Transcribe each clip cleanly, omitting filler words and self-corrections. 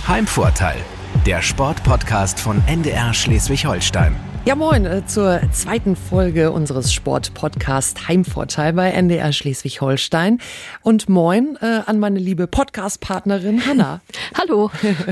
Heimvorteil, der Sportpodcast von NDR Schleswig-Holstein. Ja, moin zur zweiten Folge unseres Sportpodcasts Heimvorteil bei NDR Schleswig-Holstein. Und moin an meine liebe Podcast-Partnerin Hanna. Hallo.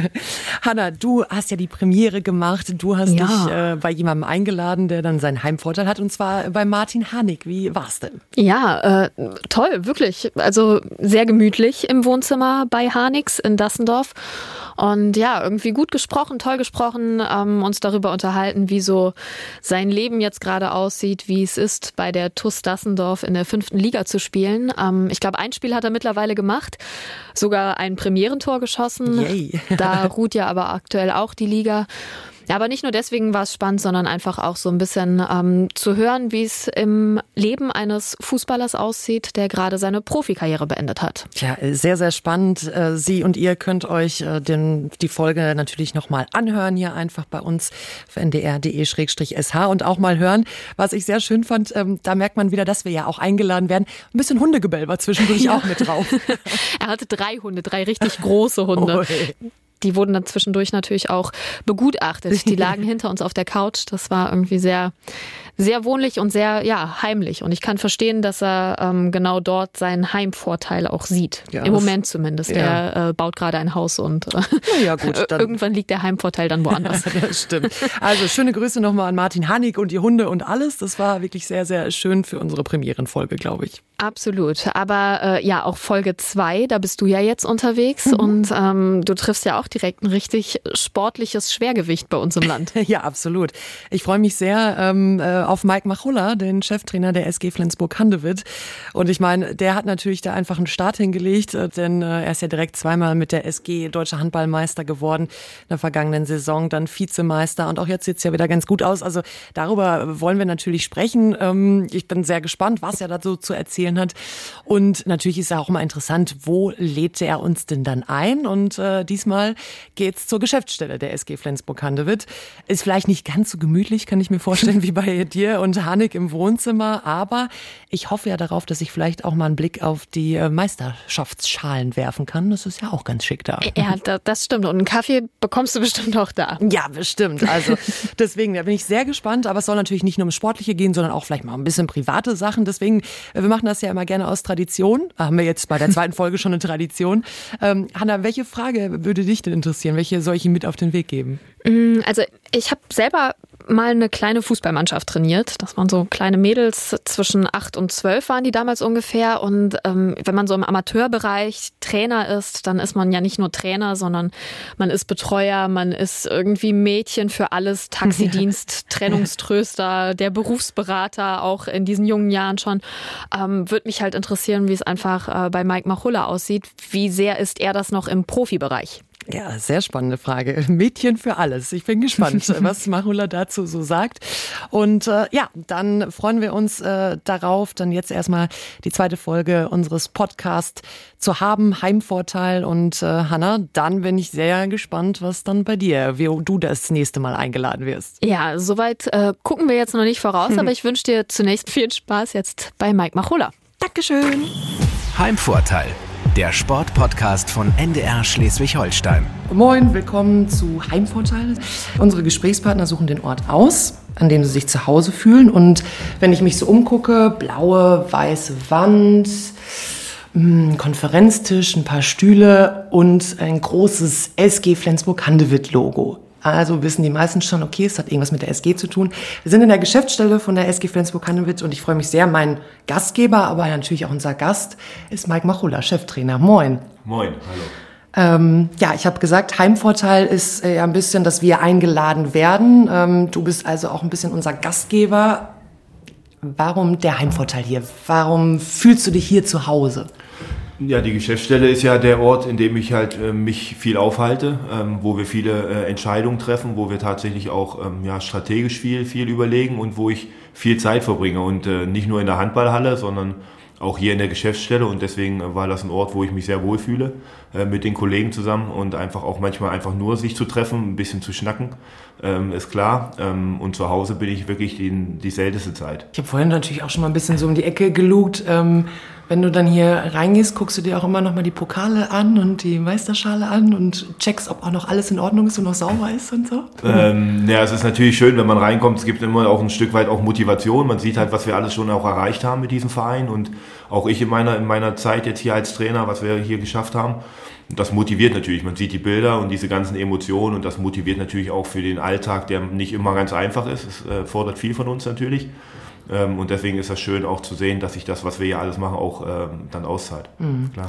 Hanna, du hast ja die Premiere gemacht. Du hast dich bei jemandem eingeladen, der dann seinen Heimvorteil hat. Und zwar bei Martin Harnik. Wie war's denn? Ja, toll, wirklich. Also sehr gemütlich im Wohnzimmer bei Harniks in Dassendorf. Und ja, irgendwie gut gesprochen, toll gesprochen, uns darüber unterhalten, wie so sein Leben jetzt gerade aussieht, wie es ist, bei der TuS Dassendorf in der 5. Liga zu spielen. Ich glaube, ein Spiel hat er mittlerweile gemacht, sogar ein Premierentor geschossen. Yay. Da ruht ja aber aktuell auch die Liga. Ja, aber nicht nur deswegen war es spannend, sondern einfach auch so ein bisschen zu hören, wie es im Leben eines Fußballers aussieht, der gerade seine Profikarriere beendet hat. Tja, sehr, sehr spannend. Sie und ihr könnt euch die Folge natürlich nochmal anhören, hier einfach bei uns auf ndr.de/sh und auch mal hören, was ich sehr schön fand. Da merkt man wieder, dass wir ja auch eingeladen werden. Ein bisschen Hundegebell war zwischendurch auch mit drauf. Er hatte 3 Hunde, 3 richtig große Hunde. Oh, hey. Die wurden dann zwischendurch natürlich auch begutachtet. Die lagen hinter uns auf der Couch. Das war irgendwie sehr, sehr wohnlich und sehr heimlich. Und ich kann verstehen, dass er genau dort seinen Heimvorteil auch sieht. Ja, im Moment zumindest. Ja. Er baut gerade ein Haus und gut, dann irgendwann liegt der Heimvorteil dann woanders. Das stimmt. Also schöne Grüße nochmal an Martin Harnik und die Hunde und alles. Das war wirklich sehr, sehr schön für unsere Premierenfolge, glaube ich. Absolut. Aber auch Folge 2, da bist du ja jetzt unterwegs und du triffst ja auch direkt ein richtig sportliches Schwergewicht bei uns im Land. Ja, absolut. Ich freue mich sehr auf Mike Machulla, den Cheftrainer der SG Flensburg-Handewitt. Und ich meine, der hat natürlich da einfach einen Start hingelegt, denn er ist ja direkt zweimal mit der SG Deutscher Handballmeister geworden in der vergangenen Saison, dann Vizemeister und auch jetzt sieht es ja wieder ganz gut aus. Also darüber wollen wir natürlich sprechen. Ich bin sehr gespannt, was er dazu zu erzählen hat. Und natürlich ist ja auch mal interessant, wo lädt er uns denn dann ein? Und diesmal geht's zur Geschäftsstelle der SG Flensburg-Handewitt. Ist vielleicht nicht ganz so gemütlich, kann ich mir vorstellen, wie bei dir und Harnik im Wohnzimmer. Aber ich hoffe ja darauf, dass ich vielleicht auch mal einen Blick auf die Meisterschaftsschalen werfen kann. Das ist ja auch ganz schick da. Ja, das stimmt. Und einen Kaffee bekommst du bestimmt auch da. Ja, bestimmt. Also deswegen, da bin ich sehr gespannt. Aber es soll natürlich nicht nur ums Sportliche gehen, sondern auch vielleicht mal ein bisschen private Sachen. Deswegen, wir machen das ja immer gerne aus Tradition. Haben wir jetzt bei der zweiten Folge schon eine Tradition. Hanna, welche Frage würde dich denn interessieren? Welche soll ich ihm mit auf den Weg geben? Also ich habe selber mal eine kleine Fußballmannschaft trainiert. Das waren so kleine Mädels, zwischen 8 und 12 waren die damals ungefähr. Und wenn man so im Amateurbereich Trainer ist, dann ist man ja nicht nur Trainer, sondern man ist Betreuer, man ist irgendwie Mädchen für alles, Taxidienst, Trennungströster, der Berufsberater, auch in diesen jungen Jahren schon. Würde mich halt interessieren, wie es einfach bei Mike Machulla aussieht. Wie sehr ist er das noch im Profibereich? Ja, sehr spannende Frage. Mädchen für alles. Ich bin gespannt, was Machulla dazu so sagt. Und dann freuen wir uns darauf, dann jetzt erstmal die zweite Folge unseres Podcasts zu haben, Heimvorteil. Und Hanna, dann bin ich sehr gespannt, was dann bei dir, wie du das nächste Mal eingeladen wirst. Ja, soweit gucken wir jetzt noch nicht voraus, aber ich wünsche dir zunächst viel Spaß jetzt bei Mike Machulla. Dankeschön. Heimvorteil, der Sportpodcast von NDR Schleswig-Holstein. Moin, willkommen zu Heimvorteil. Unsere Gesprächspartner suchen den Ort aus, an dem sie sich zu Hause fühlen. Und wenn ich mich so umgucke, blaue, weiße Wand, Konferenztisch, ein paar Stühle und ein großes SG Flensburg-Handewitt-Logo. Also wissen die meisten schon, okay, es hat irgendwas mit der SG zu tun. Wir sind in der Geschäftsstelle von der SG Flensburg-Handewitt und ich freue mich sehr. Mein Gastgeber, aber natürlich auch unser Gast, ist Mike Machulla, Cheftrainer. Moin. Moin, hallo. Ich habe gesagt, Heimvorteil ist ja ein bisschen, dass wir eingeladen werden. Du bist also auch ein bisschen unser Gastgeber. Warum der Heimvorteil hier? Warum fühlst du dich hier zu Hause? Ja, die Geschäftsstelle ist ja der Ort, in dem ich halt mich viel aufhalte, wo wir viele Entscheidungen treffen, wo wir tatsächlich auch strategisch viel überlegen und wo ich viel Zeit verbringe. Und nicht nur in der Handballhalle, sondern auch hier in der Geschäftsstelle. Und deswegen war das ein Ort, wo ich mich sehr wohlfühle. mit den Kollegen zusammen und einfach auch manchmal einfach nur sich zu treffen, ein bisschen zu schnacken, ist klar. Und zu Hause bin ich wirklich die seltenste Zeit. Ich habe vorhin natürlich auch schon mal ein bisschen so um die Ecke gelugt. Wenn du dann hier reingehst, guckst du dir auch immer noch mal die Pokale an und die Meisterschale an und checkst, ob auch noch alles in Ordnung ist und noch sauber ist und so? Ja, es ist natürlich schön, wenn man reinkommt. Es gibt immer auch ein Stück weit auch Motivation. Man sieht halt, was wir alles schon auch erreicht haben mit diesem Verein und auch ich in meiner Zeit jetzt hier als Trainer, was wir hier geschafft haben. Und das motiviert natürlich. Man sieht die Bilder und diese ganzen Emotionen und das motiviert natürlich auch für den Alltag, der nicht immer ganz einfach ist. Es fordert viel von uns natürlich. Und deswegen ist das schön auch zu sehen, dass sich das, was wir hier alles machen, auch dann auszahlt. Klar.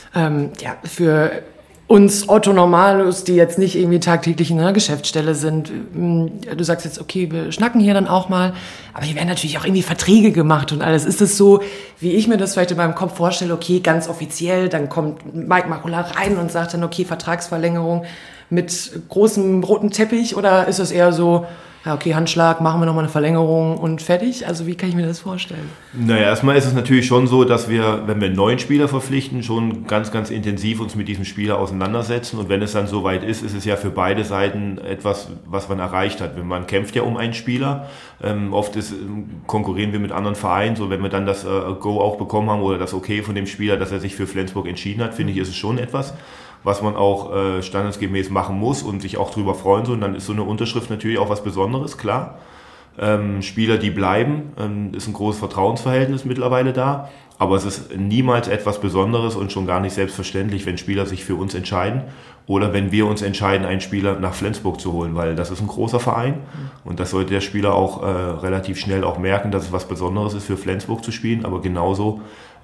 Ja, für uns Otto-Normalos, die jetzt nicht irgendwie tagtäglich in einer Geschäftsstelle sind, du sagst jetzt, okay, wir schnacken hier dann auch mal, aber hier werden natürlich auch irgendwie Verträge gemacht und alles. Ist es so, wie ich mir das vielleicht in meinem Kopf vorstelle, okay, ganz offiziell, dann kommt Mike Machulla rein und sagt dann, okay, Vertragsverlängerung mit großem roten Teppich, oder ist es eher so, ja, okay, Handschlag, machen wir nochmal eine Verlängerung und fertig? Also wie kann ich mir das vorstellen? Naja, erstmal ist es natürlich schon so, dass wir, wenn wir einen neuen Spieler verpflichten, schon ganz, ganz intensiv uns mit diesem Spieler auseinandersetzen. Und wenn es dann soweit ist, ist es ja für beide Seiten etwas, was man erreicht hat. Man kämpft ja um einen Spieler. Oft konkurrieren wir mit anderen Vereinen. So, wenn wir dann das Go auch bekommen haben oder das Okay von dem Spieler, dass er sich für Flensburg entschieden hat, finde ich, ist es schon etwas, was man auch standesgemäß machen muss und sich auch drüber freuen soll. Und dann ist so eine Unterschrift natürlich auch was Besonderes, klar. Spieler, die bleiben, ist ein großes Vertrauensverhältnis mittlerweile da. Aber es ist niemals etwas Besonderes und schon gar nicht selbstverständlich, wenn Spieler sich für uns entscheiden oder wenn wir uns entscheiden, einen Spieler nach Flensburg zu holen, weil das ist ein großer Verein und das sollte der Spieler auch relativ schnell auch merken, dass es was Besonderes ist, für Flensburg zu spielen. Aber genauso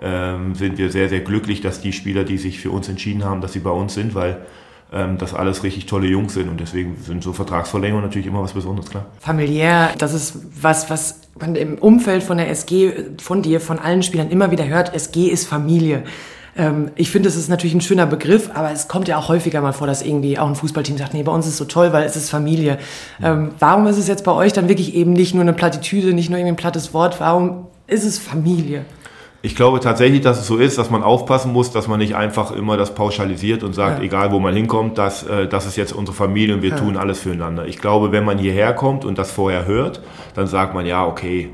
sind wir sehr, sehr glücklich, dass die Spieler, die sich für uns entschieden haben, dass sie bei uns sind, weil das alles richtig tolle Jungs sind und deswegen sind so Vertragsverlängerungen natürlich immer was Besonderes, klar. Familiär, das ist was man im Umfeld von der SG, von dir, von allen Spielern immer wieder hört, SG ist Familie. Ich finde, es ist natürlich ein schöner Begriff, aber es kommt ja auch häufiger mal vor, dass irgendwie auch ein Fußballteam sagt, nee, bei uns ist es so toll, weil es ist Familie. Warum ist es jetzt bei euch dann wirklich eben nicht nur eine Plattitüde, nicht nur irgendwie ein plattes Wort, warum ist es Familie? Ich glaube tatsächlich, dass es so ist, dass man aufpassen muss, dass man nicht einfach immer das pauschalisiert und sagt, egal wo man hinkommt, das ist jetzt unsere Familie und wir tun alles füreinander. Ich glaube, wenn man hierher kommt und das vorher hört, dann sagt man, ja, okay,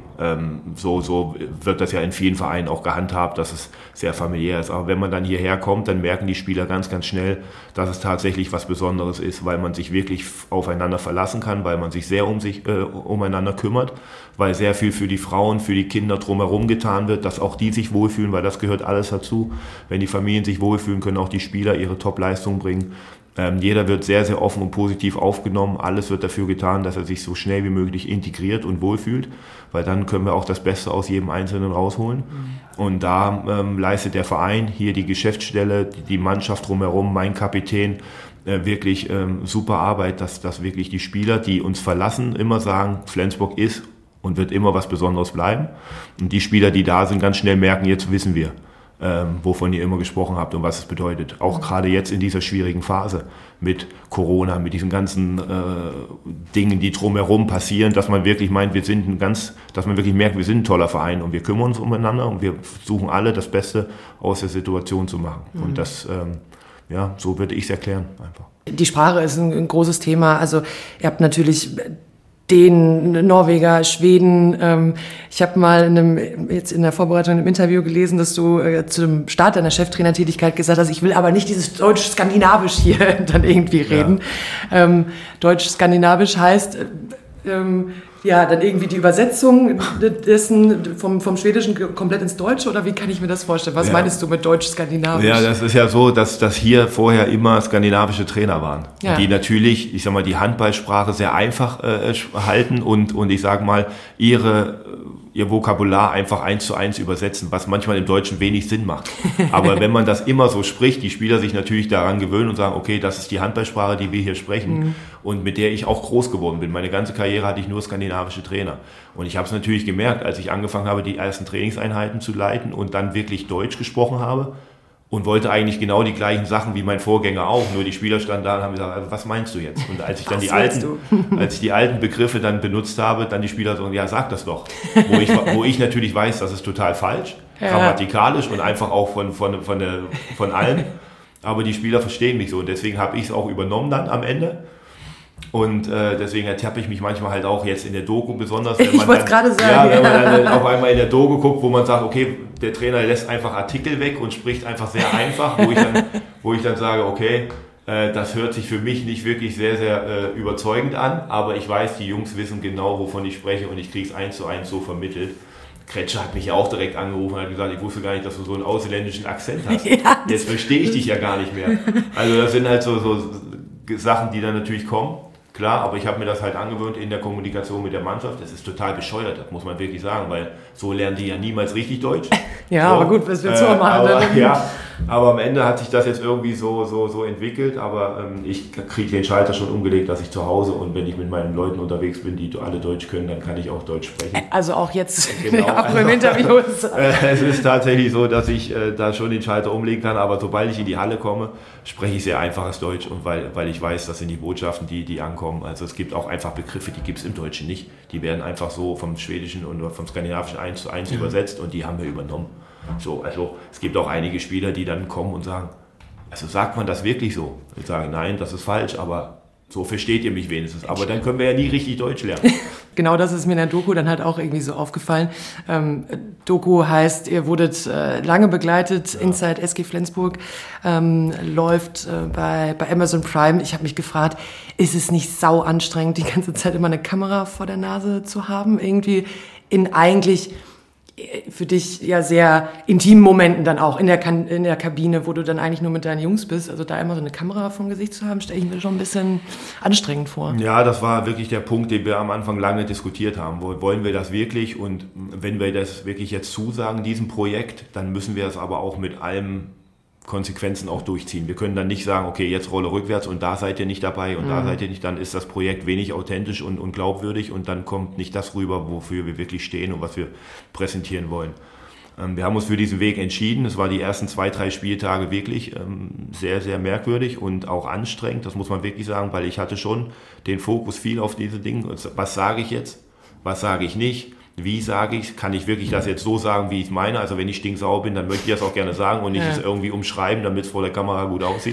so wird das ja in vielen Vereinen auch gehandhabt, dass es sehr familiär ist. Aber wenn man dann hierher kommt, dann merken die Spieler ganz, ganz schnell, dass es tatsächlich was Besonderes ist, weil man sich wirklich aufeinander verlassen kann, weil man sich sehr umeinander kümmert, weil sehr viel für die Frauen, für die Kinder drumherum getan wird, dass auch die sich wohlfühlen, weil das gehört alles dazu. Wenn die Familien sich wohlfühlen, können auch die Spieler ihre Top-Leistung bringen. Jeder wird sehr, sehr offen und positiv aufgenommen. Alles wird dafür getan, dass er sich so schnell wie möglich integriert und wohlfühlt, weil dann können wir auch das Beste aus jedem Einzelnen rausholen. Und da leistet der Verein, hier die Geschäftsstelle, die Mannschaft drumherum, mein Kapitän, wirklich super Arbeit, dass wirklich die Spieler, die uns verlassen, immer sagen, Flensburg ist und wird immer was Besonderes bleiben. Und die Spieler, die da sind, ganz schnell merken, jetzt wissen wir, wovon ihr immer gesprochen habt und was es bedeutet. Auch gerade jetzt in dieser schwierigen Phase mit Corona, mit diesen ganzen Dingen, die drumherum passieren, dass man wirklich meint, dass man wirklich merkt, wir sind ein toller Verein und wir kümmern uns umeinander und wir versuchen alle das Beste aus der Situation zu machen. Und das, so würde ich es erklären einfach. Die Sprache ist ein großes Thema. Also ihr habt natürlich Dänen, Norweger, Schweden. Ich habe mal jetzt in der Vorbereitung im Interview gelesen, dass du zum Start deiner Cheftrainertätigkeit gesagt hast, ich will aber nicht dieses Deutsch-Skandinavisch hier dann irgendwie reden. Ja. Deutsch-Skandinavisch heißt dann irgendwie die Übersetzung dessen vom Schwedischen komplett ins Deutsche, oder wie kann ich mir das vorstellen? Was meinst du mit Deutsch-Skandinavisch? Ja, das ist ja so, dass hier vorher immer skandinavische Trainer waren, die natürlich, ich sag mal, die Handballsprache sehr einfach halten und ich sag mal, ihr Vokabular einfach 1:1 übersetzen, was manchmal im Deutschen wenig Sinn macht. Aber wenn man das immer so spricht, die Spieler sich natürlich daran gewöhnen und sagen, okay, das ist die Handballsprache, die wir hier sprechen und mit der ich auch groß geworden bin. Meine ganze Karriere hatte ich nur skandinavische Trainer. Und ich habe es natürlich gemerkt, als ich angefangen habe, die ersten Trainingseinheiten zu leiten und dann wirklich Deutsch gesprochen habe und wollte eigentlich genau die gleichen Sachen wie mein Vorgänger auch, nur die Spieler standen da und haben gesagt, was meinst du jetzt? Und als ich dann die alten Begriffe dann benutzt habe, dann die Spieler so, ja, sag das doch. Wo ich natürlich weiß, das ist total falsch, grammatikalisch und einfach auch von allem. aber die Spieler verstehen mich so und deswegen habe ich es auch übernommen dann am Ende. Und deswegen ertappe ich mich manchmal halt auch jetzt in der Doku besonders, wenn man, wenn man dann auf einmal in der Doku guckt, wo man sagt, okay, der Trainer lässt einfach Artikel weg und spricht einfach sehr einfach, wo ich dann sage, okay, das hört sich für mich nicht wirklich sehr, sehr überzeugend an, aber ich weiß, die Jungs wissen genau, wovon ich spreche und ich kriege es 1:1 so vermittelt. Kretscher hat mich ja auch direkt angerufen und hat gesagt, ich wusste gar nicht, dass du so einen ausländischen Akzent hast. Ja, jetzt verstehe ich dich ja gar nicht mehr. Also das sind halt so Sachen, die dann natürlich kommen. Klar, aber ich habe mir das halt angewöhnt in der Kommunikation mit der Mannschaft. Das ist total bescheuert, das muss man wirklich sagen, weil so lernen die ja niemals richtig Deutsch. Ja, so, aber gut, was willst du auch machen? Aber am Ende hat sich das jetzt irgendwie so entwickelt, aber ich kriege den Schalter schon umgelegt, dass ich zu Hause und wenn ich mit meinen Leuten unterwegs bin, die alle Deutsch können, dann kann ich auch Deutsch sprechen. Also auch jetzt auch im Interview. Es ist tatsächlich so, dass ich da schon den Schalter umlegen kann, aber sobald ich in die Halle komme, spreche ich sehr einfaches Deutsch und weil ich weiß, das sind die Botschaften, die ankommen. Also es gibt auch einfach Begriffe, die gibt es im Deutschen nicht. Die werden einfach so vom Schwedischen und vom Skandinavischen 1:1 übersetzt und die haben wir übernommen. So, also es gibt auch einige Spieler, die dann kommen und sagen, also sagt man das wirklich so? Ich sage, nein, das ist falsch, aber so versteht ihr mich wenigstens. Aber dann können wir ja nie richtig Deutsch lernen. Genau, das ist mir in der Doku dann halt auch irgendwie so aufgefallen. Doku heißt, ihr wurdet lange begleitet, ja. Inside SG Flensburg, läuft bei Amazon Prime. Ich habe mich gefragt, ist es nicht sau anstrengend, die ganze Zeit immer eine Kamera vor der Nase zu haben? Irgendwie in eigentlich für dich ja sehr intimen Momenten dann auch in der Kabine, wo du dann eigentlich nur mit deinen Jungs bist, also da immer so eine Kamera vom Gesicht zu haben, stelle ich mir schon ein bisschen anstrengend vor. Ja, das war wirklich der Punkt, den wir am Anfang lange diskutiert haben. Wollen wir das wirklich? Und wenn wir das wirklich jetzt zusagen, diesem Projekt, dann müssen wir es aber auch mit allem Konsequenzen auch durchziehen. Wir können dann nicht sagen, okay, jetzt Rolle rückwärts und da seid ihr nicht dabei und da seid ihr nicht, dann ist das Projekt wenig authentisch und glaubwürdig und dann kommt nicht das rüber, wofür wir wirklich stehen und was wir präsentieren wollen. Wir haben uns für diesen Weg entschieden. Es war die ersten 2-3 Spieltage wirklich sehr, sehr merkwürdig und auch anstrengend, das muss man wirklich sagen, weil ich hatte schon den Fokus viel auf diese Dinge. Was sage ich jetzt? Was sage ich nicht? Wie sage ich, kann ich wirklich das jetzt so sagen, wie ich es meine? Also wenn ich stinksauer bin, dann möchte ich das auch gerne sagen und nicht es irgendwie umschreiben, damit es vor der Kamera gut aussieht.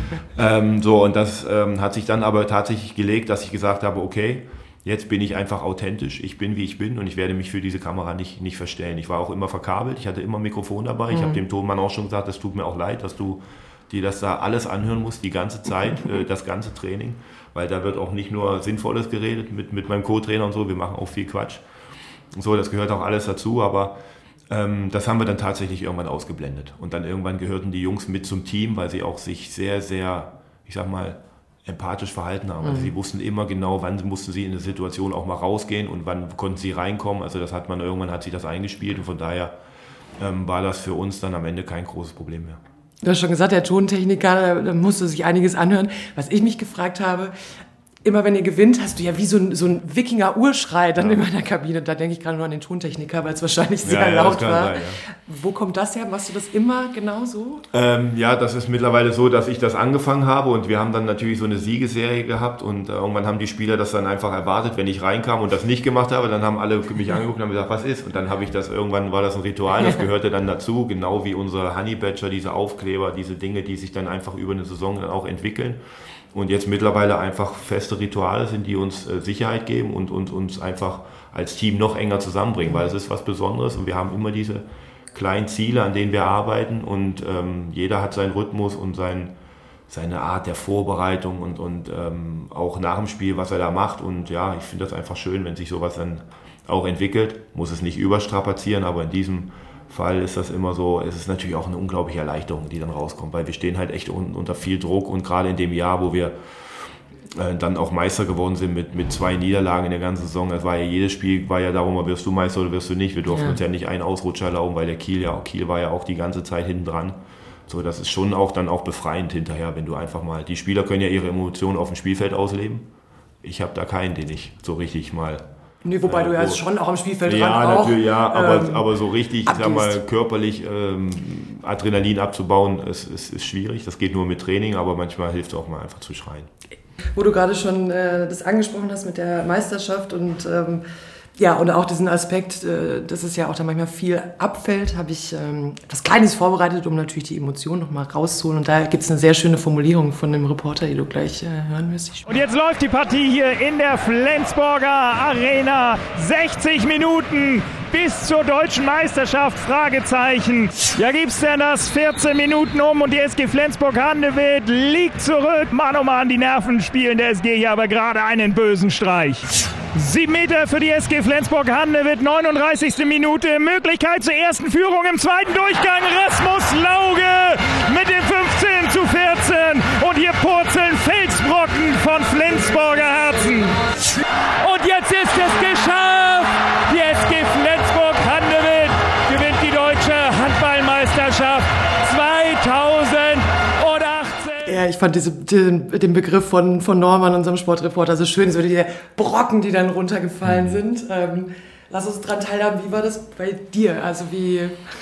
Und das hat sich dann aber tatsächlich gelegt, dass ich gesagt habe, okay, jetzt bin ich einfach authentisch. Ich bin, wie ich bin und ich werde mich für diese Kamera nicht verstellen. Ich war auch immer verkabelt, ich hatte immer ein Mikrofon dabei. Ich habe dem Tonmann auch schon gesagt, es tut mir auch leid, dass du dir das da alles anhören musst, die ganze Zeit, das ganze Training. Weil da wird auch nicht nur Sinnvolles geredet mit meinem Co-Trainer und so, wir machen auch viel Quatsch. So, das gehört auch alles dazu, aber das haben wir dann tatsächlich irgendwann ausgeblendet. Und dann irgendwann gehörten die Jungs mit zum Team, weil sie auch sich sehr, sehr, ich sag mal, empathisch verhalten haben. Also sie wussten immer genau, wann mussten sie in der Situation auch mal rausgehen und wann konnten sie reinkommen. Also das hat man irgendwann, hat sich das eingespielt und von daher war das für uns dann am Ende kein großes Problem mehr. Du hast schon gesagt, der Tontechniker, da musste sich einiges anhören. Was ich mich gefragt habe, immer wenn ihr gewinnt, hast du ja wie so ein Wikinger-Urschrei dann in meiner Kabine. Da denke ich gerade nur an den Tontechniker, weil es wahrscheinlich sehr laut war. Sein, ja. Wo kommt das her? Machst du das immer genau so? Ja, das ist mittlerweile so, dass ich das angefangen habe und wir haben dann natürlich so eine Siegesserie gehabt und irgendwann haben die Spieler das dann einfach erwartet, wenn ich reinkam und das nicht gemacht habe, dann haben alle mich angeguckt und haben gesagt, was ist? Und dann habe ich das, irgendwann war das ein Ritual, das gehörte dann dazu, genau wie unsere Honey Badger, diese Aufkleber, diese Dinge, die sich dann einfach über eine Saison dann auch entwickeln. Und jetzt mittlerweile einfach feste Rituale sind, die uns Sicherheit geben und uns einfach als Team noch enger zusammenbringen, weil es ist was Besonderes und wir haben immer diese kleinen Ziele, an denen wir arbeiten und jeder hat seinen Rhythmus und seine Art der Vorbereitung und auch nach dem Spiel, was er da macht. Und ja, ich finde das einfach schön, wenn sich sowas dann auch entwickelt. Muss es nicht überstrapazieren, aber in diesem Fall ist das immer so, es ist natürlich auch eine unglaubliche Erleichterung, die dann rauskommt, weil wir stehen halt echt unter viel Druck und gerade in dem Jahr, wo wir dann auch Meister geworden sind mit 2 Niederlagen in der ganzen Saison, es war ja jedes Spiel, war ja darum, wirst du Meister oder wirst du nicht, wir durften uns ja nicht einen Ausrutscher erlauben, weil der Kiel war ja auch die ganze Zeit hinten dran. So, das ist schon auch dann auch befreiend hinterher, wenn du einfach mal, die Spieler können ja ihre Emotionen auf dem Spielfeld ausleben, ich habe da keinen, den ich so richtig mal... Nee, wobei du ja jetzt schon auch am Spielfeld dran natürlich, aber so richtig, ich sag mal, körperlich Adrenalin abzubauen, ist schwierig. Das geht nur mit Training, aber manchmal hilft es auch mal einfach zu schreien. Wo du gerade schon das angesprochen hast mit der Meisterschaft und Ja, und auch diesen Aspekt, dass es ja auch da manchmal viel abfällt, habe ich etwas Kleines vorbereitet, um natürlich die Emotionen nochmal rauszuholen. Und da gibt es eine sehr schöne Formulierung von dem Reporter, die du gleich hören wirst. Und jetzt läuft die Partie hier in der Flensburger Arena. 60 Minuten bis zur deutschen Meisterschaft, Fragezeichen. Ja, gibt's denn das? 14 Minuten und die SG Flensburg-Handewitt liegt zurück. Mann, oh Mann, die Nerven spielen der SG hier aber gerade einen bösen Streich. 7 Meter für die SG Flensburg-Handewitt, 39. Minute. Möglichkeit zur ersten Führung im zweiten Durchgang. Rasmus Lauge mit dem 15:14. Und hier purzeln Felsbrocken von Flensburger Herzen. Und jetzt ist es geschafft. Die SG Flensburg-Handewitt gewinnt die deutsche Handballmeisterschaft 2018. Ja, ich fand den Begriff von Norman, unserem Sportreporter, so schön, so die Brocken, die dann runtergefallen sind. Lass uns dran teilhaben, wie war das bei dir? Also wie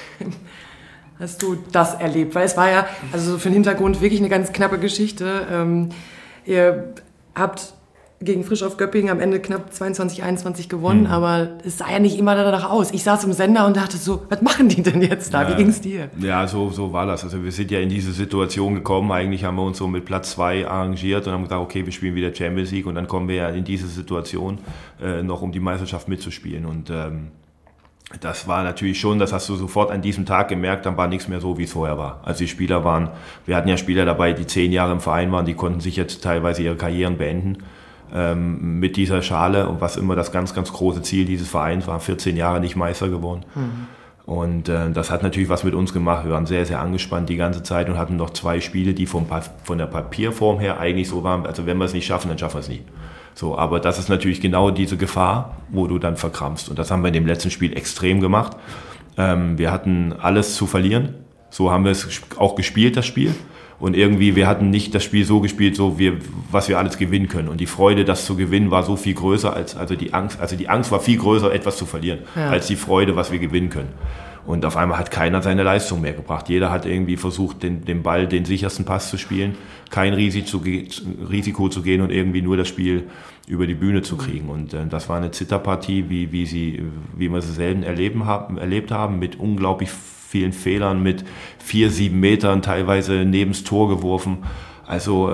hast du das erlebt? Weil es war ja, also so für den Hintergrund wirklich eine ganz knappe Geschichte. Ihr habt gegen Frisch auf Göppingen am Ende knapp 22-21 gewonnen, aber es sah ja nicht immer danach aus. Ich saß im Sender und dachte so, was machen die denn jetzt da? Ja, wie ging's dir? Ja, so war das. Also wir sind ja in diese Situation gekommen. Eigentlich haben wir uns so mit Platz 2 arrangiert und haben gesagt, okay, wir spielen wieder Champions League und dann kommen wir ja in diese Situation noch, um die Meisterschaft mitzuspielen. Und das war natürlich schon, das hast du sofort an diesem Tag gemerkt, dann war nichts mehr so, wie es vorher war. Also die Spieler waren, wir hatten ja Spieler dabei, die 10 Jahre im Verein waren, die konnten sich jetzt teilweise ihre Karrieren beenden. Mit dieser Schale und was immer das ganz, ganz große Ziel dieses Vereins war, 14 Jahre nicht Meister geworden. Und das hat natürlich was mit uns gemacht. Wir waren sehr, sehr angespannt die ganze Zeit und hatten noch 2 Spiele, die von der Papierform her eigentlich so waren, also wenn wir es nicht schaffen, dann schaffen wir es nie. So, aber das ist natürlich genau diese Gefahr, wo du dann verkrampfst. Und das haben wir in dem letzten Spiel extrem gemacht. Wir hatten alles zu verlieren. So haben wir es auch gespielt, das Spiel. Und irgendwie, wir hatten nicht das Spiel so gespielt, was wir alles gewinnen können. Und die Freude, das zu gewinnen, war so viel größer also die Angst war viel größer, etwas zu verlieren, als die Freude, was wir gewinnen können. Und auf einmal hat keiner seine Leistung mehr gebracht. Jeder hat irgendwie versucht, den Ball, den sichersten Pass zu spielen, kein Risiko zu gehen und irgendwie nur das Spiel über die Bühne zu kriegen. Und das war eine Zitterpartie, wie wir sie selten erlebt haben, mit unglaublich vielen Fehlern, mit 4-7 Metern teilweise nebens Tor geworfen. Also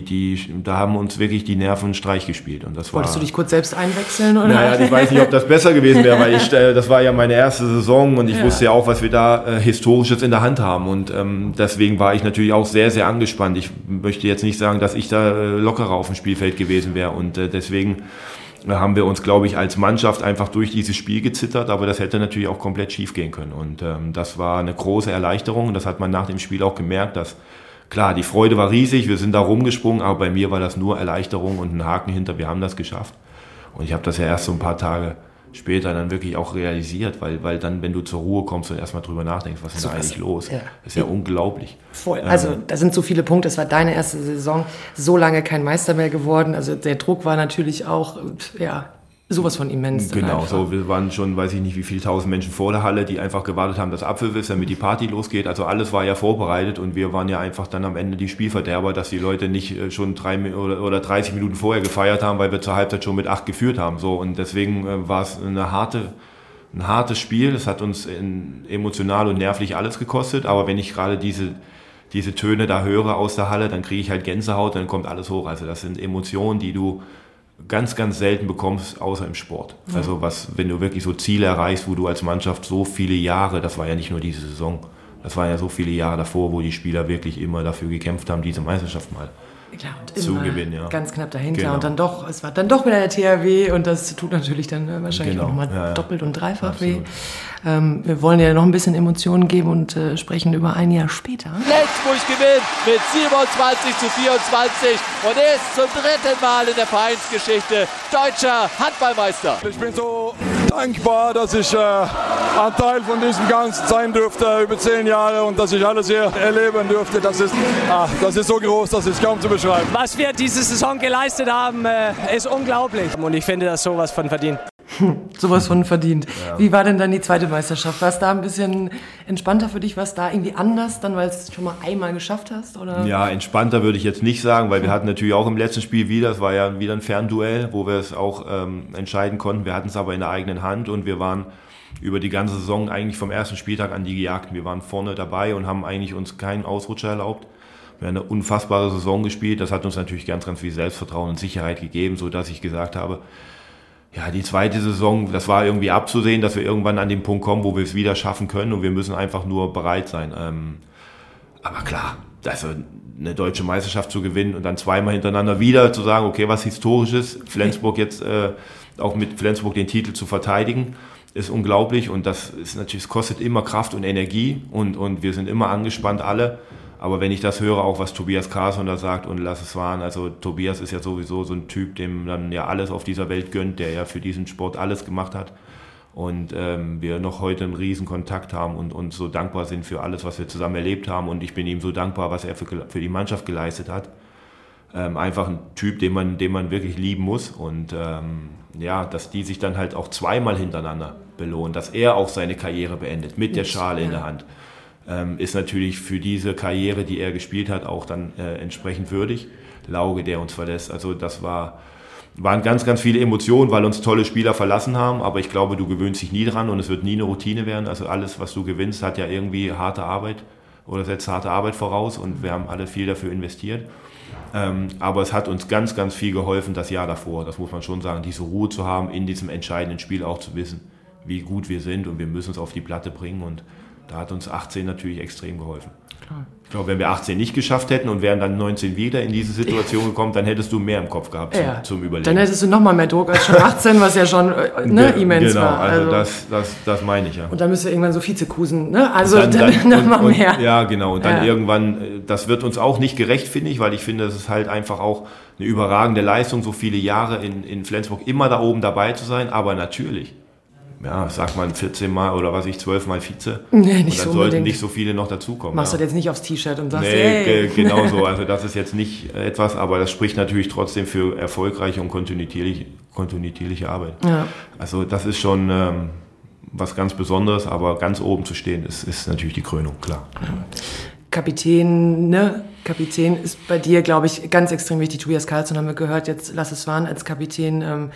da haben uns wirklich die Nerven einen Streich gespielt. Und das Wolltest du dich kurz selbst einwechseln? Oder? Naja, ich weiß nicht, ob das besser gewesen wäre, weil das war ja meine erste Saison und ich wusste ja auch, was wir da Historisches in der Hand haben. Und deswegen war ich natürlich auch sehr, sehr angespannt. Ich möchte jetzt nicht sagen, dass ich da lockerer auf dem Spielfeld gewesen wäre. Und deswegen haben wir uns, glaube ich, als Mannschaft einfach durch dieses Spiel gezittert, aber das hätte natürlich auch komplett schief gehen können. Und das war eine große Erleichterung. Das hat man nach dem Spiel auch gemerkt, dass, klar, die Freude war riesig, wir sind da rumgesprungen, aber bei mir war das nur Erleichterung und ein Haken hinter, wir haben das geschafft. Und ich habe das ja erst so ein paar Tage später dann wirklich auch realisiert, weil dann, wenn du zur Ruhe kommst und erstmal drüber nachdenkst, was ist da eigentlich los? Ja. Das ist ja unglaublich. Voll. Also da sind so viele Punkte, es war deine erste Saison, so lange kein Meister mehr geworden, also der Druck war natürlich auch, sowas von immens. Genau, so wir waren schon, weiß ich nicht, wie viele 1000 Menschen vor der Halle, die einfach gewartet haben, dass Apfel ist, damit die Party losgeht. Also alles war ja vorbereitet und wir waren ja einfach dann am Ende die Spielverderber, dass die Leute nicht schon 3 oder 30 Minuten vorher gefeiert haben, weil wir zur Halbzeit schon mit 8 geführt haben. So, und deswegen war es ein hartes Spiel. Es hat uns emotional und nervlich alles gekostet. Aber wenn ich gerade diese Töne da höre aus der Halle, dann kriege ich halt Gänsehaut, dann kommt alles hoch. Also das sind Emotionen, die du ganz, ganz selten bekommst, außer im Sport. Ja. Also wenn du wirklich so Ziele erreichst, wo du als Mannschaft so viele Jahre, das war ja nicht nur diese Saison, das waren ja so viele Jahre davor, wo die Spieler wirklich immer dafür gekämpft haben, diese Meisterschaft mal zu gewinnen. Ja. Ganz knapp dahinter. Genau. Und es war dann doch wieder der THW und das tut natürlich dann wahrscheinlich auch nochmal doppelt und dreifach weh. Wir wollen ja noch ein bisschen Emotionen geben und sprechen über ein Jahr später. Flensburg gewinnt mit 27:24 und ist zum 3. Mal in der Vereinsgeschichte deutscher Handballmeister. Ich bin so dankbar, dass ich ein Teil von diesem Ganzen sein durfte, über 10 Jahre und dass ich alles hier erleben durfte. Das ist so groß, das ist kaum zu beschreiben. Was wir diese Saison geleistet haben, ist unglaublich und ich finde das sowas von verdient. Sowas von verdient. Ja. Wie war denn dann die zweite Meisterschaft? War es da ein bisschen entspannter für dich? War es da irgendwie anders, dann, weil du es schon mal einmal geschafft hast? Oder? Ja, entspannter würde ich jetzt nicht sagen, weil wir hatten natürlich auch im letzten Spiel es war ja wieder ein Fernduell, wo wir es auch entscheiden konnten. Wir hatten es aber in der eigenen Hand und wir waren über die ganze Saison eigentlich vom ersten Spieltag an die Gejagten. Wir waren vorne dabei und haben eigentlich uns keinen Ausrutscher erlaubt. Wir haben eine unfassbare Saison gespielt. Das hat uns natürlich ganz, ganz viel Selbstvertrauen und Sicherheit gegeben, sodass ich gesagt habe, ja, die zweite Saison, das war irgendwie abzusehen, dass wir irgendwann an den Punkt kommen, wo wir es wieder schaffen können und wir müssen einfach nur bereit sein. Aber klar, also eine deutsche Meisterschaft zu gewinnen und dann zweimal hintereinander wieder zu sagen, okay, was Historisches, Flensburg jetzt auch mit Flensburg den Titel zu verteidigen, ist unglaublich und das ist natürlich, es kostet immer Kraft und Energie und wir sind immer angespannt alle. Aber wenn ich das höre, auch was Tobias Carlsson da sagt und Lasse Swan, also Tobias ist ja sowieso so ein Typ, dem dann ja alles auf dieser Welt gönnt, der ja für diesen Sport alles gemacht hat und wir noch heute einen riesen Kontakt haben und so dankbar sind für alles, was wir zusammen erlebt haben und ich bin ihm so dankbar, was er für die Mannschaft geleistet hat. Einfach ein Typ, den man wirklich lieben muss und ja, dass die sich dann halt auch zweimal hintereinander belohnen, dass er auch seine Karriere beendet mit der Schale in der Hand. Ist natürlich für diese Karriere, die er gespielt hat, auch dann entsprechend würdig. Lauge, der uns verlässt, also das waren ganz, ganz viele Emotionen, weil uns tolle Spieler verlassen haben, aber ich glaube, du gewöhnst dich nie dran und es wird nie eine Routine werden, also alles, was du gewinnst, hat ja irgendwie harte Arbeit oder setzt harte Arbeit voraus und wir haben alle viel dafür investiert, aber es hat uns ganz, ganz viel geholfen, das Jahr davor, das muss man schon sagen, diese Ruhe zu haben, in diesem entscheidenden Spiel auch zu wissen, wie gut wir sind und wir müssen es auf die Platte bringen und da hat uns 18 natürlich extrem geholfen. Klar. Ich glaube, wenn wir 18 nicht geschafft hätten und wären dann 19 wieder in diese Situation gekommen, dann hättest du mehr im Kopf gehabt zum Überlegen. Dann hättest du nochmal mehr Druck als schon 18, was ja schon immens war. Genau, also das meine ich ja. Und dann müsst ihr irgendwann so Vizekusen, ne? Also dann noch mehr. Ja, genau. Und dann irgendwann, das wird uns auch nicht gerecht, finde ich, weil ich finde, es ist halt einfach auch eine überragende Leistung, so viele Jahre in Flensburg immer da oben dabei zu sein, aber natürlich. Ja, sagt man 14 Mal oder 12 Mal Vize. Nee, nicht und dann so sollten nicht so viele noch dazukommen. Machst du das jetzt nicht aufs T-Shirt und sagst, hey. Genau so. Also das ist jetzt nicht etwas, aber das spricht natürlich trotzdem für erfolgreiche und kontinuierliche Arbeit. Ja. Also das ist schon was ganz Besonderes, aber ganz oben zu stehen, ist natürlich die Krönung, klar. Ja. Kapitän ist bei dir, glaube ich, ganz extrem wichtig. Tobias Carlsson haben wir gehört, jetzt Lasse Swan als Kapitän.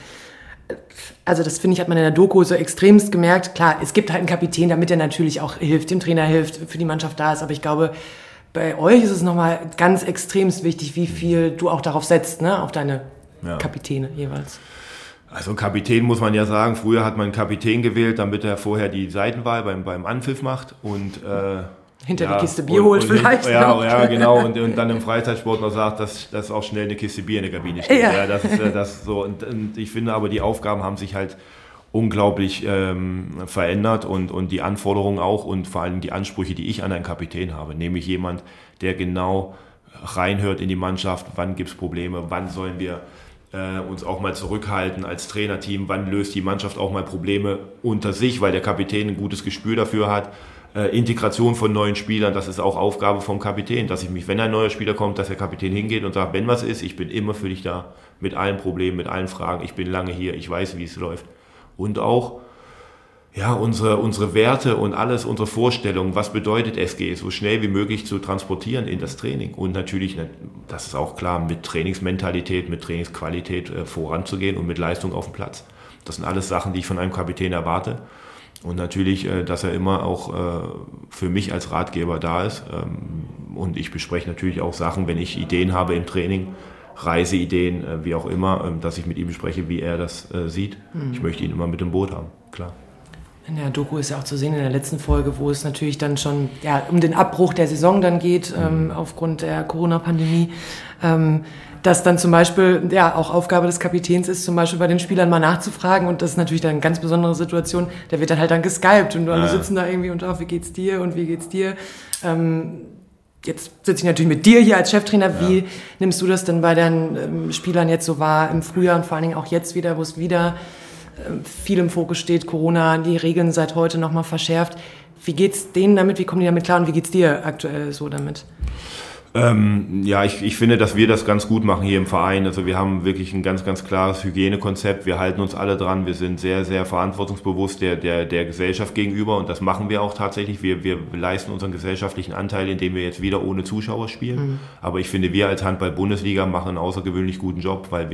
Also das, finde ich, hat man in der Doku so extremst gemerkt. Klar, es gibt halt einen Kapitän, damit er natürlich auch hilft, dem Trainer hilft, für die Mannschaft da ist. Aber ich glaube, bei euch ist es nochmal ganz extremst wichtig, wie viel du auch darauf setzt, ne, auf deine Kapitäne jeweils. Also Kapitän muss man ja sagen, früher hat man einen Kapitän gewählt, damit er vorher die Seitenwahl beim Anpfiff macht und hinter die Kiste Bier holt vielleicht. Ja, genau. Und dann im Freizeitsport noch sagt, dass auch schnell eine Kiste Bier in der Kabine steht. Ja, das ist das so. Und ich finde aber, die Aufgaben haben sich halt unglaublich verändert und die Anforderungen auch und vor allem die Ansprüche, die ich an einen Kapitän habe. Nämlich jemand, der genau reinhört in die Mannschaft, wann gibt es Probleme, wann sollen wir uns auch mal zurückhalten als Trainerteam, wann löst die Mannschaft auch mal Probleme unter sich, weil der Kapitän ein gutes Gespür dafür hat. Integration von neuen Spielern, das ist auch Aufgabe vom Kapitän, dass ich mich, wenn ein neuer Spieler kommt, dass der Kapitän hingeht und sagt, wenn was ist, ich bin immer für dich da, mit allen Problemen, mit allen Fragen, ich bin lange hier, ich weiß, wie es läuft. Und auch unsere Werte und alles, unsere Vorstellungen, was bedeutet SG, so schnell wie möglich zu transportieren in das Training. Und natürlich, das ist auch klar, mit Trainingsmentalität, mit Trainingsqualität voranzugehen und mit Leistung auf dem Platz. Das sind alles Sachen, die ich von einem Kapitän erwarte. Und natürlich, dass er immer auch für mich als Ratgeber da ist. Und ich bespreche natürlich auch Sachen, wenn ich Ideen habe im Training, Reiseideen, wie auch immer, dass ich mit ihm bespreche, wie er das sieht. Ich möchte ihn immer mit im Boot haben, klar. In der Doku ist ja auch zu sehen in der letzten Folge, wo es natürlich dann schon um den Abbruch der Saison dann geht, aufgrund der Corona-Pandemie. Dass dann zum Beispiel auch Aufgabe des Kapitäns ist, zum Beispiel bei den Spielern mal nachzufragen und das ist natürlich dann eine ganz besondere Situation, da wird dann halt geskypt und alle sitzen da irgendwie und wie geht's dir und wie geht's dir? Jetzt sitze ich natürlich mit dir hier als Cheftrainer, wie nimmst du das denn bei deinen Spielern jetzt so wahr im Frühjahr und vor allen Dingen auch jetzt wieder, wo es wieder viel im Fokus steht, Corona, die Regeln seit heute nochmal verschärft. Wie geht's denen damit, wie kommen die damit klar und wie geht's dir aktuell so damit? Ich finde, dass wir das ganz gut machen hier im Verein. Also wir haben wirklich ein ganz, ganz klares Hygienekonzept. Wir halten uns alle dran. Wir sind sehr, sehr verantwortungsbewusst der Gesellschaft gegenüber und das machen wir auch tatsächlich. Wir leisten unseren gesellschaftlichen Anteil, indem wir jetzt wieder ohne Zuschauer spielen. Aber ich finde, wir als Handball-Bundesliga machen einen außergewöhnlich guten Job, weil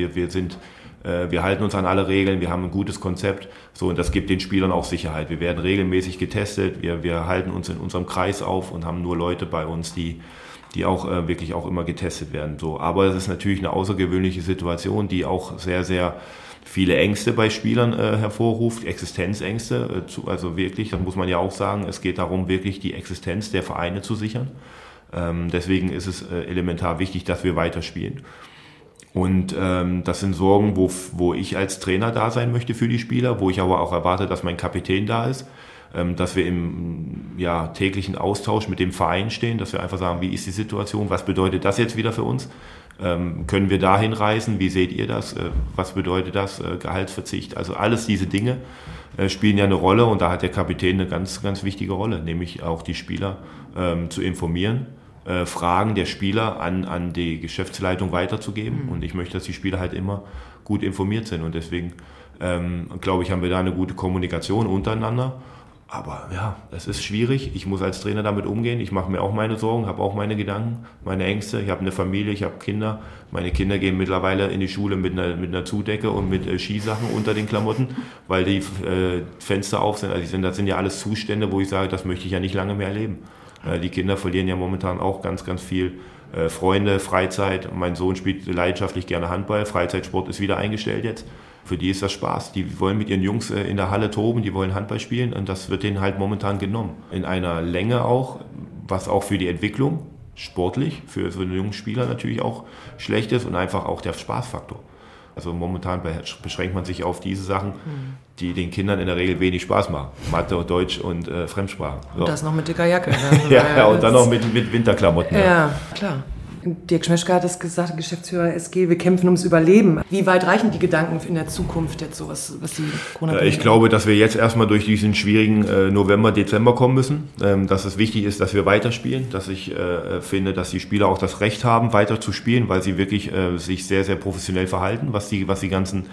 wir halten uns an alle Regeln, wir haben ein gutes Konzept, so, und das gibt den Spielern auch Sicherheit. Wir werden regelmäßig getestet, wir halten uns in unserem Kreis auf und haben nur Leute bei uns, die auch wirklich auch immer getestet werden. So. Aber es ist natürlich eine außergewöhnliche Situation, die auch sehr, sehr viele Ängste bei Spielern hervorruft, Existenzängste. Also wirklich, das muss man ja auch sagen, es geht darum, wirklich die Existenz der Vereine zu sichern. Deswegen ist es elementar wichtig, dass wir weiterspielen. Und das sind Sorgen, wo ich als Trainer da sein möchte für die Spieler, wo ich aber auch erwarte, dass mein Kapitän da ist, dass wir im täglichen Austausch mit dem Verein stehen, dass wir einfach sagen, wie ist die Situation, was bedeutet das jetzt wieder für uns, können wir dahin reisen, wie seht ihr das, was bedeutet das, Gehaltsverzicht, also alles diese Dinge spielen ja eine Rolle und da hat der Kapitän eine ganz, ganz wichtige Rolle, nämlich auch die Spieler zu informieren, Fragen der Spieler an die Geschäftsleitung weiterzugeben und ich möchte, dass die Spieler halt immer gut informiert sind und deswegen glaube ich, haben wir da eine gute Kommunikation untereinander. Aber ja, es ist schwierig. Ich muss als Trainer damit umgehen. Ich mache mir auch meine Sorgen, habe auch meine Gedanken, meine Ängste. Ich habe eine Familie, ich habe Kinder. Meine Kinder gehen mittlerweile in die Schule mit einer Zudecke und mit Skisachen unter den Klamotten, weil die Fenster auf sind. Also das sind ja alles Zustände, wo ich sage, das möchte ich ja nicht lange mehr erleben. Die Kinder verlieren ja momentan auch ganz, ganz viel Freunde, Freizeit. Mein Sohn spielt leidenschaftlich gerne Handball. Freizeitsport ist wieder eingestellt jetzt. Für die ist das Spaß. Die wollen mit ihren Jungs in der Halle toben, die wollen Handball spielen und das wird denen halt momentan genommen. In einer Länge auch, was auch für die Entwicklung sportlich, für einen jungen Spieler natürlich auch schlecht ist und einfach auch der Spaßfaktor. Also momentan beschränkt man sich auf diese Sachen, die den Kindern in der Regel wenig Spaß machen. Mathe, Deutsch und Fremdsprachen. So. Und das noch mit dicker Jacke. Ja, und dann noch mit Winterklamotten. Ja, klar. Dirk Schmeschke hat es gesagt, Geschäftsführer SG, wir kämpfen ums Überleben. Wie weit reichen die Gedanken in der Zukunft jetzt so, was die Corona-Pandemie Ich glaube, dass wir jetzt erstmal durch diesen schwierigen November, Dezember kommen müssen, dass es wichtig ist, dass wir weiterspielen, dass ich finde, dass die Spieler auch das Recht haben, weiter zu spielen, weil sie wirklich sich sehr, sehr professionell verhalten, was die ganzen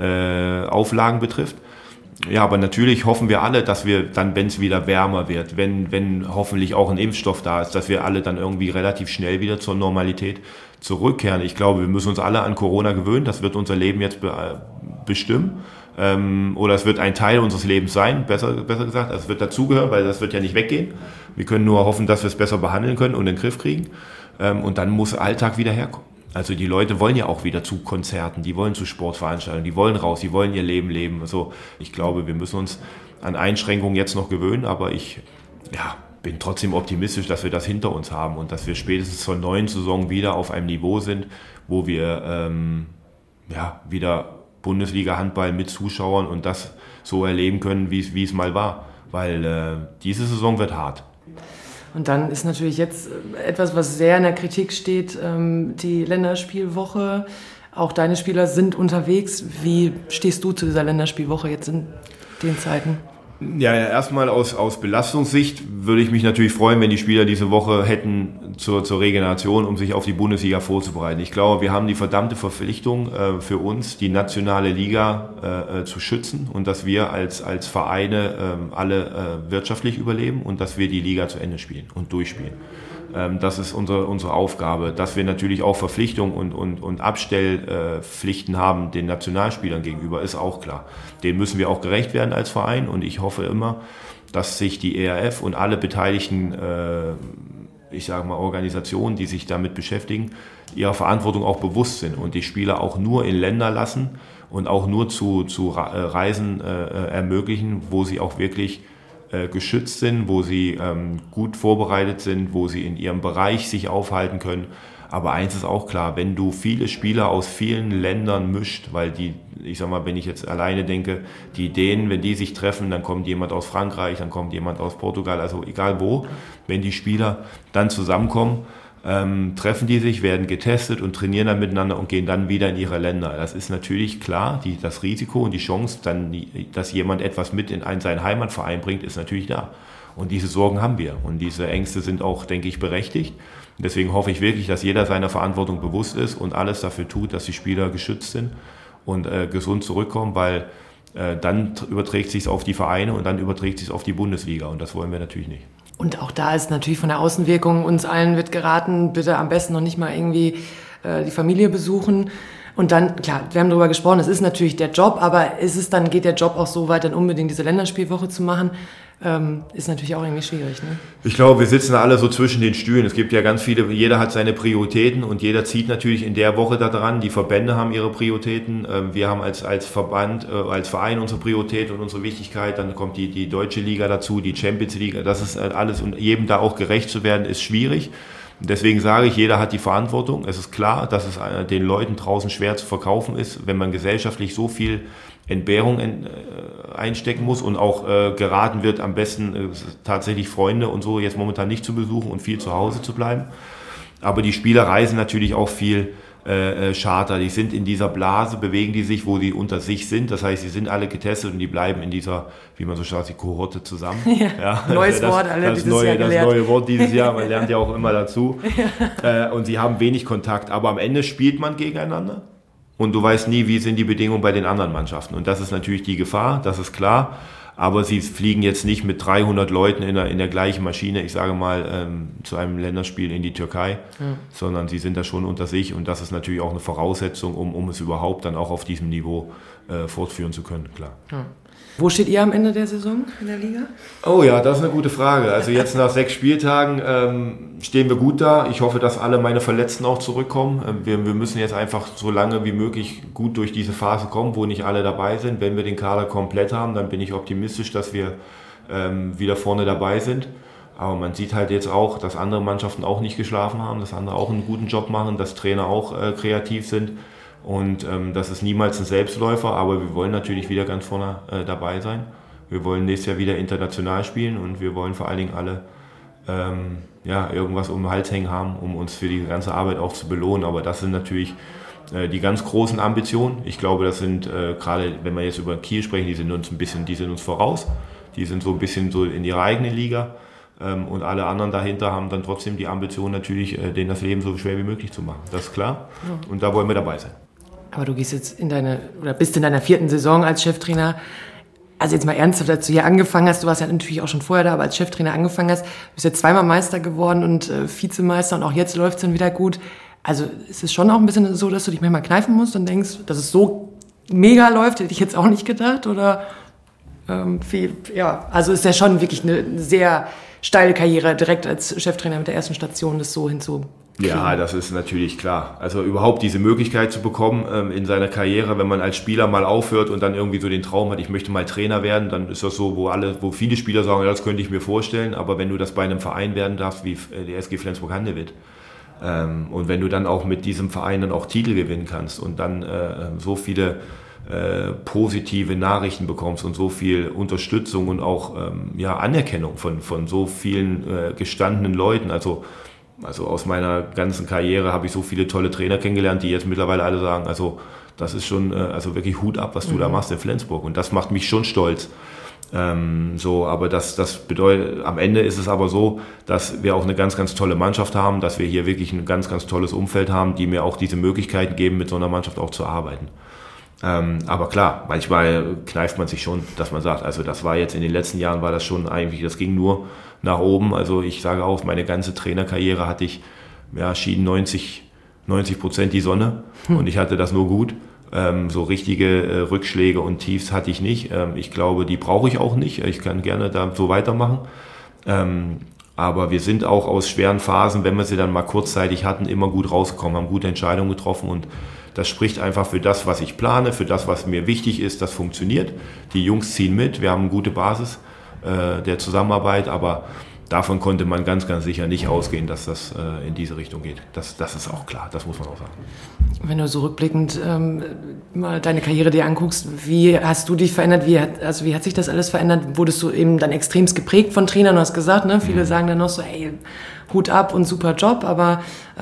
Auflagen betrifft. Ja, aber natürlich hoffen wir alle, dass wir dann, wenn es wieder wärmer wird, wenn hoffentlich auch ein Impfstoff da ist, dass wir alle dann irgendwie relativ schnell wieder zur Normalität zurückkehren. Ich glaube, wir müssen uns alle an Corona gewöhnen. Das wird unser Leben jetzt bestimmen. Oder es wird ein Teil unseres Lebens sein, besser gesagt. Es wird dazugehören, weil das wird ja nicht weggehen. Wir können nur hoffen, dass wir es besser behandeln können und in den Griff kriegen. Und dann muss Alltag wieder herkommen. Also die Leute wollen ja auch wieder zu Konzerten, die wollen zu Sportveranstaltungen, die wollen raus, die wollen ihr Leben leben. Also ich glaube, wir müssen uns an Einschränkungen jetzt noch gewöhnen, aber ich bin trotzdem optimistisch, dass wir das hinter uns haben und dass wir spätestens zur neuen Saison wieder auf einem Niveau sind, wo wir wieder Bundesliga-Handball mit Zuschauern und das so erleben können, wie es mal war. Weil diese Saison wird hart. Und dann ist natürlich jetzt etwas, was sehr in der Kritik steht, die Länderspielwoche. Auch deine Spieler sind unterwegs. Wie stehst du zu dieser Länderspielwoche jetzt in den Zeiten? Ja, erstmal aus Belastungssicht würde ich mich natürlich freuen, wenn die Spieler diese Woche hätten zur Regeneration, um sich auf die Bundesliga vorzubereiten. Ich glaube, wir haben die verdammte Verpflichtung für uns, die nationale Liga zu schützen und dass wir als Vereine alle wirtschaftlich überleben und dass wir die Liga zu Ende spielen und durchspielen. Das ist unsere Aufgabe, dass wir natürlich auch Verpflichtungen und Abstellpflichten haben den Nationalspielern gegenüber, ist auch klar. Denen müssen wir auch gerecht werden als Verein und ich hoffe immer, dass sich die ERF und alle beteiligten Organisationen, die sich damit beschäftigen, ihrer Verantwortung auch bewusst sind und die Spieler auch nur in Länder lassen und auch nur zu Reisen ermöglichen, wo sie auch wirklich geschützt sind, wo sie gut vorbereitet sind, wo sie in ihrem Bereich sich aufhalten können. Aber eins ist auch klar, wenn du viele Spieler aus vielen Ländern mischt, weil wenn ich jetzt alleine denke, die Dänen, wenn die sich treffen, dann kommt jemand aus Frankreich, dann kommt jemand aus Portugal, also egal wo, wenn die Spieler dann zusammenkommen, treffen die sich, werden getestet und trainieren dann miteinander und gehen dann wieder in ihre Länder. Das ist natürlich klar, das Risiko und die Chance, dass jemand etwas mit in seinen Heimatverein bringt, ist natürlich da. Und diese Sorgen haben wir. Und diese Ängste sind auch, denke ich, berechtigt. Und deswegen hoffe ich wirklich, dass jeder seiner Verantwortung bewusst ist und alles dafür tut, dass die Spieler geschützt sind und gesund zurückkommen, weil dann überträgt sich es auf die Vereine und dann überträgt sich es auf die Bundesliga. Und das wollen wir natürlich nicht. Und auch da ist natürlich von der Außenwirkung, uns allen wird geraten, bitte am besten noch nicht mal irgendwie die Familie besuchen. Und dann, klar, wir haben darüber gesprochen, es ist natürlich der Job, aber geht der Job auch so weit, dann unbedingt diese Länderspielwoche zu machen? Ist natürlich auch irgendwie schwierig, ne? Ich glaube, wir sitzen alle so zwischen den Stühlen. Es gibt ja ganz viele, jeder hat seine Prioritäten und jeder zieht natürlich in der Woche da dran. Die Verbände haben ihre Prioritäten. Wir haben als Verband, als Verein unsere Priorität und unsere Wichtigkeit. Dann kommt die Deutsche Liga dazu, die Champions League. Das ist alles, und jedem da auch gerecht zu werden, ist schwierig. Deswegen sage ich, jeder hat die Verantwortung. Es ist klar, dass es den Leuten draußen schwer zu verkaufen ist, wenn man gesellschaftlich so viel Entbehrung einstecken muss und auch geraten wird, am besten tatsächlich Freunde und so jetzt momentan nicht zu besuchen und viel zu Hause zu bleiben. Aber die Spieler reisen natürlich auch viel Charter. Die sind in dieser Blase, bewegen die sich, wo die unter sich sind. Das heißt, sie sind alle getestet und die bleiben in dieser, wie man so sagt, die Kohorte zusammen. Ja, neues Wort, alle dieses Jahr gelernt. Das neue Wort dieses Jahr, man lernt ja auch immer dazu. Ja. Und sie haben wenig Kontakt. Aber am Ende spielt man gegeneinander. Und du weißt nie, wie sind die Bedingungen bei den anderen Mannschaften. Und das ist natürlich die Gefahr, das ist klar. Aber sie fliegen jetzt nicht mit 300 Leuten in der gleichen Maschine, ich sage mal, zu einem Länderspiel in die Türkei, sondern sie sind da schon unter sich. Und das ist natürlich auch eine Voraussetzung, um es überhaupt dann auch auf diesem Niveau fortführen zu können, klar. Ja. Wo steht ihr am Ende der Saison in der Liga? Oh ja, das ist eine gute Frage. Also jetzt nach 6 Spieltagen stehen wir gut da. Ich hoffe, dass alle meine Verletzten auch zurückkommen. Wir müssen jetzt einfach so lange wie möglich gut durch diese Phase kommen, wo nicht alle dabei sind. Wenn wir den Kader komplett haben, dann bin ich optimistisch, dass wir wieder vorne dabei sind. Aber man sieht halt jetzt auch, dass andere Mannschaften auch nicht geschlafen haben, dass andere auch einen guten Job machen, dass Trainer auch kreativ sind. Und das ist niemals ein Selbstläufer, aber wir wollen natürlich wieder ganz vorne dabei sein. Wir wollen nächstes Jahr wieder international spielen und wir wollen vor allen Dingen alle irgendwas um den Hals hängen haben, um uns für die ganze Arbeit auch zu belohnen. Aber das sind natürlich die ganz großen Ambitionen. Ich glaube, das sind gerade, wenn wir jetzt über Kiel sprechen, die sind uns voraus. Die sind so ein bisschen so in ihrer eigenen Liga. Und alle anderen dahinter haben dann trotzdem die Ambition natürlich, denen das Leben so schwer wie möglich zu machen. Das ist klar. Und da wollen wir dabei sein. Aber du gehst jetzt bist in deiner 4. Saison als Cheftrainer. Also jetzt mal ernsthaft, als du hier angefangen hast, du warst ja natürlich auch schon vorher da, aber als Cheftrainer angefangen hast, bist jetzt 2-mal Meister geworden und Vizemeister und auch jetzt läuft es dann wieder gut. Also ist es schon auch ein bisschen so, dass du dich manchmal kneifen musst und denkst, dass es so mega läuft, hätte ich jetzt auch nicht gedacht, oder also ist ja schon wirklich eine sehr steile Karriere, direkt als Cheftrainer mit der ersten Station das so hinzukriegen. Ja, das ist natürlich klar. Also überhaupt diese Möglichkeit zu bekommen in seiner Karriere, wenn man als Spieler mal aufhört und dann irgendwie so den Traum hat, ich möchte mal Trainer werden, dann ist das so, wo viele Spieler sagen, ja, das könnte ich mir vorstellen, aber wenn du das bei einem Verein werden darfst, wie die SG Flensburg-Handewitt, und wenn du dann auch mit diesem Verein dann auch Titel gewinnen kannst und dann so viele positive Nachrichten bekommst und so viel Unterstützung und auch Anerkennung von so vielen gestandenen Leuten, also aus meiner ganzen Karriere habe ich so viele tolle Trainer kennengelernt, die jetzt mittlerweile alle sagen, also das ist schon wirklich Hut ab, was du da machst in Flensburg, und das macht mich schon stolz. Aber das bedeutet, am Ende ist es aber so, dass wir auch eine ganz, ganz tolle Mannschaft haben, dass wir hier wirklich ein ganz, ganz tolles Umfeld haben, die mir auch diese Möglichkeiten geben, mit so einer Mannschaft auch zu arbeiten. Aber klar, manchmal kneift man sich schon, dass man sagt, also das war jetzt in den letzten Jahren, war das schon eigentlich, das ging nur nach oben. Also ich sage auch, meine ganze Trainerkarriere hatte ich, schien 90% die Sonne und ich hatte das nur gut. So richtige Rückschläge und Tiefs hatte ich nicht. Ich glaube, die brauche ich auch nicht. Ich kann gerne da so weitermachen. Aber wir sind auch aus schweren Phasen, wenn wir sie dann mal kurzzeitig hatten, immer gut rausgekommen, haben gute Entscheidungen getroffen, und das spricht einfach für das, was ich plane, für das, was mir wichtig ist, das funktioniert. Die Jungs ziehen mit, wir haben eine gute Basis der Zusammenarbeit, aber davon konnte man ganz, ganz sicher nicht ausgehen, dass das in diese Richtung geht. Das ist auch klar, das muss man auch sagen. Wenn du so rückblickend mal deine Karriere dir anguckst, wie hast du dich verändert? Wie hat sich das alles verändert? Wurdest du eben dann extremst geprägt von Trainern? Du hast gesagt, ne? Viele sagen dann noch so, ey, Hut ab und super Job, aber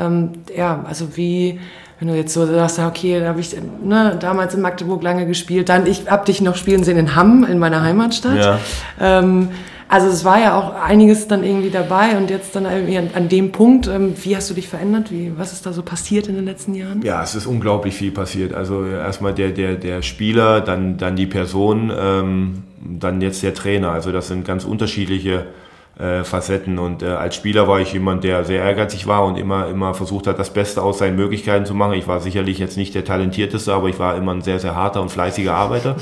wenn du jetzt so sagst, okay, da habe ich damals in Magdeburg lange gespielt, dann ich habe dich noch spielen sehen in Hamm, in meiner Heimatstadt. Ja. Also es war ja auch einiges dann irgendwie dabei und jetzt dann irgendwie an dem Punkt, wie hast du dich verändert? Was ist da so passiert in den letzten Jahren? Ja, es ist unglaublich viel passiert. Also erstmal der Spieler, dann die Person, dann jetzt der Trainer. Also das sind ganz unterschiedliche Facetten und als Spieler war ich jemand, der sehr ehrgeizig war und immer versucht hat, das Beste aus seinen Möglichkeiten zu machen. Ich war sicherlich jetzt nicht der Talentierteste, aber ich war immer ein sehr, sehr harter und fleißiger Arbeiter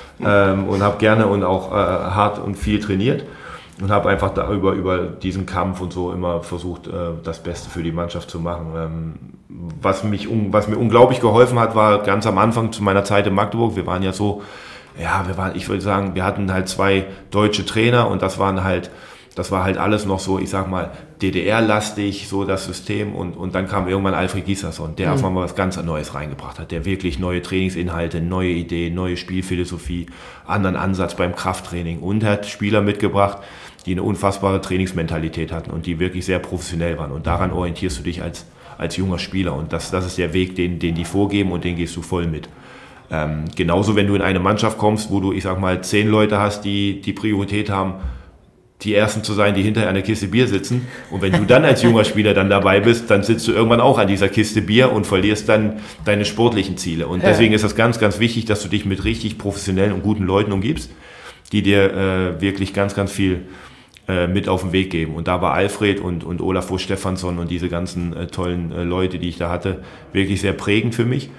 und habe gerne und auch hart und viel trainiert und habe einfach da über diesen Kampf und so immer versucht, das Beste für die Mannschaft zu machen. Was mir unglaublich geholfen hat, war ganz am Anfang zu meiner Zeit in Magdeburg. Wir waren ja so, ich würde sagen, wir hatten halt 2 deutsche Trainer und das war halt alles noch so, ich sag mal, DDR-lastig, so das System. Und dann kam irgendwann Alfred Gislason, der auf einmal was ganz Neues reingebracht hat, der wirklich neue Trainingsinhalte, neue Ideen, neue Spielphilosophie, anderen Ansatz beim Krafttraining und hat Spieler mitgebracht, die eine unfassbare Trainingsmentalität hatten und die wirklich sehr professionell waren. Und daran orientierst du dich als junger Spieler. Und das ist der Weg, den die vorgeben und den gehst du voll mit. Genauso, wenn du in eine Mannschaft kommst, wo du, ich sag mal, 10 Leute hast, die Priorität haben, die Ersten zu sein, die hinter einer Kiste Bier sitzen. Und wenn du dann als junger Spieler dann dabei bist, dann sitzt du irgendwann auch an dieser Kiste Bier und verlierst dann deine sportlichen Ziele. Und deswegen ist das ganz, ganz wichtig, dass du dich mit richtig professionellen und guten Leuten umgibst, die dir wirklich ganz, ganz viel mit auf den Weg geben. Und da war Alfred und Olafur Stefansson und diese ganzen tollen Leute, die ich da hatte, wirklich sehr prägend für mich.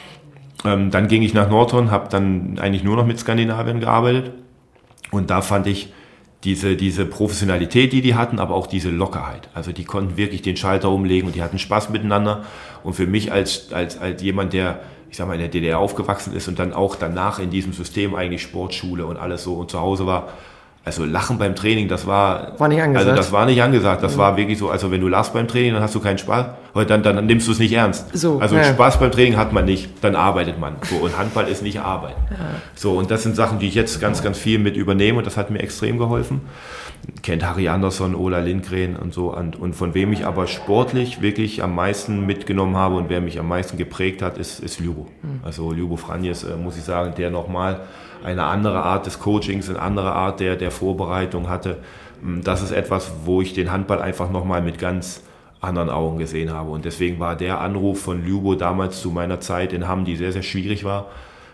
Dann ging ich nach Nordhorn, habe dann eigentlich nur noch mit Skandinavien gearbeitet. Und da fand ich diese Professionalität, die hatten, aber auch diese Lockerheit. Also die konnten wirklich den Schalter umlegen und die hatten Spaß miteinander. Und für mich als jemand, der, ich sag mal, in der DDR aufgewachsen ist und dann auch danach in diesem System eigentlich Sportschule und alles so und zu Hause war, also Lachen beim Training, das war nicht angesagt. Also das war nicht angesagt. Das war wirklich so, also wenn du lachst beim Training, dann hast du keinen Spaß. Dann nimmst du es nicht ernst. So, also Spaß beim Training hat man nicht, dann arbeitet man. So, und Handball ist nicht Arbeit. Ja. So, und das sind Sachen, die ich jetzt ganz, ganz viel mit übernehme und das hat mir extrem geholfen. Kennt Harry Andersson, Ola Lindgren und so. Und von wem ich aber sportlich wirklich am meisten mitgenommen habe und wer mich am meisten geprägt hat, ist Ljubo. Also Ljubo Franjes, muss ich sagen, der nochmal eine andere Art des Coachings, eine andere Art der Vorbereitung hatte. Das ist etwas, wo ich den Handball einfach nochmal mit ganz anderen Augen gesehen habe. Und deswegen war der Anruf von Ljubo damals zu meiner Zeit in Hamm, die sehr, sehr schwierig war,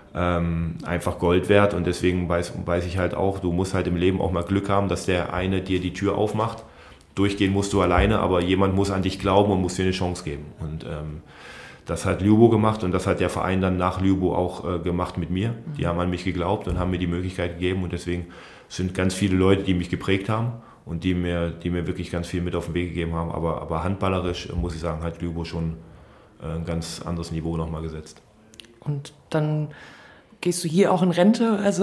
einfach Gold wert. Und deswegen weiß ich halt auch, du musst halt im Leben auch mal Glück haben, dass der eine dir die Tür aufmacht. Durchgehen musst du alleine, aber jemand muss an dich glauben und muss dir eine Chance geben. Und das hat Ljubo gemacht und das hat der Verein dann nach Ljubo auch gemacht mit mir. Die haben an mich geglaubt und haben mir die Möglichkeit gegeben und deswegen sind ganz viele Leute, die mich geprägt haben und die mir wirklich ganz viel mit auf den Weg gegeben haben. Aber handballerisch, muss ich sagen, hat Ljubo schon ein ganz anderes Niveau nochmal gesetzt. Und dann gehst du hier auch in Rente? Also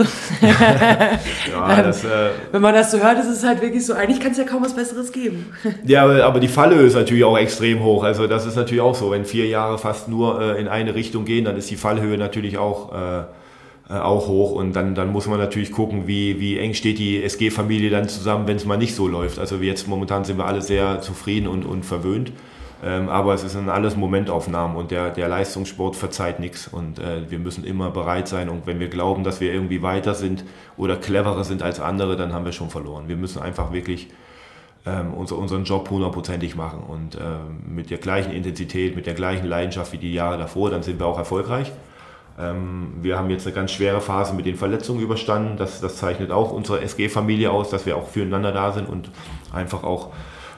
ja, wenn man das so hört, ist es halt wirklich so, eigentlich kann es ja kaum was Besseres geben. Ja, aber die Fallhöhe ist natürlich auch extrem hoch. Also das ist natürlich auch so, wenn 4 Jahre fast nur in eine Richtung gehen, dann ist die Fallhöhe natürlich auch hoch und dann muss man natürlich gucken, wie eng steht die SG-Familie dann zusammen, wenn es mal nicht so läuft. Also jetzt momentan sind wir alle sehr zufrieden und verwöhnt. Aber es sind alles Momentaufnahmen und der Leistungssport verzeiht nichts und wir müssen immer bereit sein und wenn wir glauben, dass wir irgendwie weiter sind oder cleverer sind als andere, dann haben wir schon verloren. Wir müssen einfach wirklich unseren Job 100%ig machen und mit der gleichen Intensität, mit der gleichen Leidenschaft wie die Jahre davor, dann sind wir auch erfolgreich. Wir haben jetzt eine ganz schwere Phase mit den Verletzungen überstanden, das zeichnet auch unsere SG-Familie aus, dass wir auch füreinander da sind und einfach auch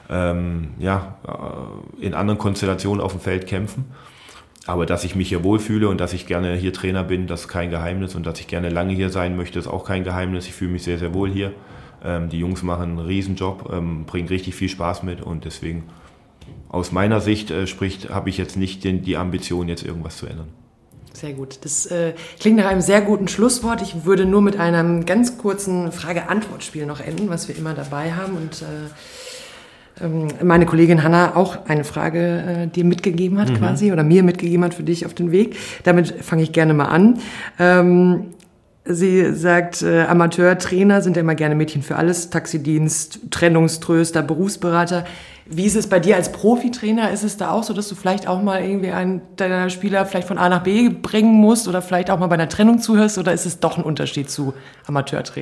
in anderen Konstellationen auf dem Feld kämpfen. Aber dass ich mich hier wohlfühle und dass ich gerne hier Trainer bin, das ist kein Geheimnis. Und dass ich gerne lange hier sein möchte, ist auch kein Geheimnis. Ich fühle mich sehr, sehr wohl hier. Die Jungs machen einen Risenjob, bringen richtig viel Spaß mit. Und deswegen, aus meiner Sicht habe ich jetzt nicht die Ambition, jetzt irgendwas zu ändern. Sehr gut. Das klingt nach einem sehr guten Schlusswort. Ich würde nur mit einem ganz kurzen Frage-Antwort-Spiel noch enden, was wir immer dabei haben. Und meine Kollegin Hanna auch eine Frage dir mitgegeben hat quasi oder mir mitgegeben hat für dich auf den Weg. Damit fange ich gerne mal an. Sie sagt, Amateurtrainer sind ja immer gerne Mädchen für alles, Taxidienst, Trennungströster, Berufsberater. Wie ist es bei dir als Profitrainer? Ist es da auch so, dass du vielleicht auch mal irgendwie einen deiner Spieler vielleicht von A nach B bringen musst oder vielleicht auch mal bei einer Trennung zuhörst oder ist es doch ein Unterschied zu Amateurtrainer?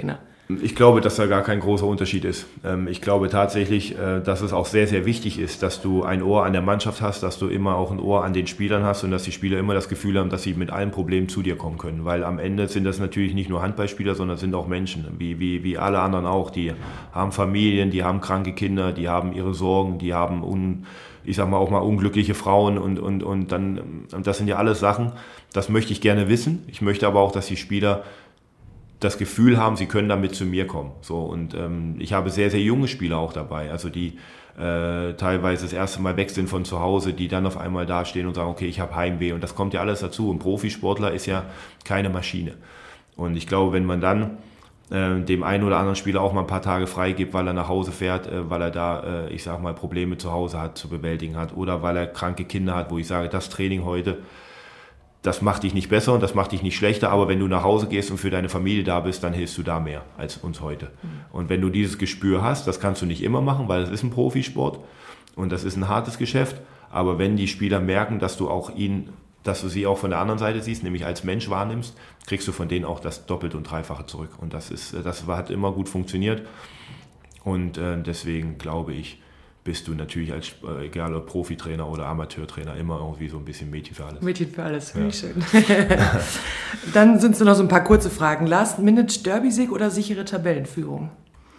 Ich glaube, dass da gar kein großer Unterschied ist. Ich glaube tatsächlich, dass es auch sehr, sehr wichtig ist, dass du ein Ohr an der Mannschaft hast, dass du immer auch ein Ohr an den Spielern hast und dass die Spieler immer das Gefühl haben, dass sie mit allen Problemen zu dir kommen können. Weil am Ende sind das natürlich nicht nur Handballspieler, sondern sind auch Menschen, wie alle anderen auch. Die haben Familien, die haben kranke Kinder, die haben ihre Sorgen, die haben auch mal unglückliche Frauen und das sind ja alles Sachen, das möchte ich gerne wissen. Ich möchte aber auch, dass die Spieler das Gefühl haben, sie können damit zu mir kommen. So, und ich habe sehr, sehr junge Spieler auch dabei, also die teilweise das erste Mal weg sind von zu Hause, die dann auf einmal dastehen und sagen, okay, ich habe Heimweh, und das kommt ja alles dazu. Ein Profisportler ist ja keine Maschine. Und ich glaube, wenn man dann dem einen oder anderen Spieler auch mal ein paar Tage frei gibt, weil er nach Hause fährt, weil er da, Probleme zu Hause hat, zu bewältigen hat, oder weil er kranke Kinder hat, wo ich sage, das Training heute, das macht dich nicht besser und das macht dich nicht schlechter, aber wenn du nach Hause gehst und für deine Familie da bist, dann hilfst du da mehr als uns heute. Und wenn du dieses Gespür hast, das kannst du nicht immer machen, weil es ist ein Profisport und das ist ein hartes Geschäft, aber wenn die Spieler merken, dass du sie auch von der anderen Seite siehst, nämlich als Mensch wahrnimmst, kriegst du von denen auch das Doppelte und Dreifache zurück. Und das hat immer gut funktioniert und deswegen glaube ich, bist du natürlich als, egal ob Profitrainer oder Amateurtrainer, immer irgendwie so ein bisschen Mädchen für alles. Mädchen für alles, finde ich schön. Dann sind es noch so ein paar kurze Fragen. Last-Minute-Derby-Sieg oder sichere Tabellenführung?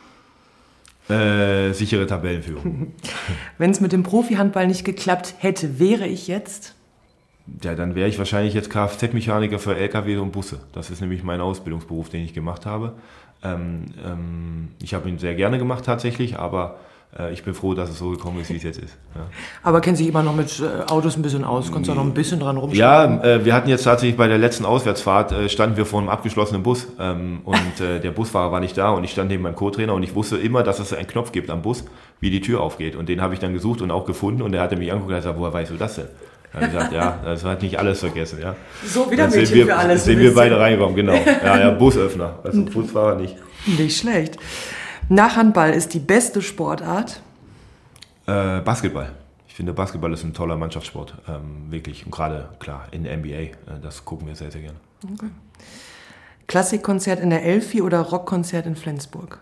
Sichere Tabellenführung. Wenn es mit dem Profi-Handball nicht geklappt hätte, wäre ich jetzt? Ja, dann wäre ich wahrscheinlich jetzt Kfz-Mechaniker für LKW und Busse. Das ist nämlich mein Ausbildungsberuf, den ich gemacht habe. Ich habe ihn sehr gerne gemacht tatsächlich, aber ich bin froh, dass es so gekommen ist, wie es jetzt ist. Ja. Aber kennen Sie immer noch mit Autos ein bisschen aus? Kannst du da noch ein bisschen dran rumschrauben? Ja, wir hatten jetzt tatsächlich bei der letzten Auswärtsfahrt, standen wir vor einem abgeschlossenen Bus der Busfahrer war nicht da und ich stand neben meinem Co-Trainer und ich wusste immer, dass es einen Knopf gibt am Bus, wie die Tür aufgeht, und den habe ich dann gesucht und auch gefunden und er hatte mich angeguckt und gesagt, woher weißt du das denn? Da habe ich gesagt, ja, das hat nicht alles vergessen. Ja. So, wieder Mädchen für alles. Sind wir beide reingekommen, genau. Ja, Busöffner, also Busfahrer nicht. Nicht schlecht. Nach Handball ist die beste Sportart? Basketball. Ich finde, Basketball ist ein toller Mannschaftssport, wirklich. Und gerade, klar, in der NBA, das gucken wir sehr, sehr gerne. Okay. Klassikkonzert in der Elfi oder Rockkonzert in Flensburg?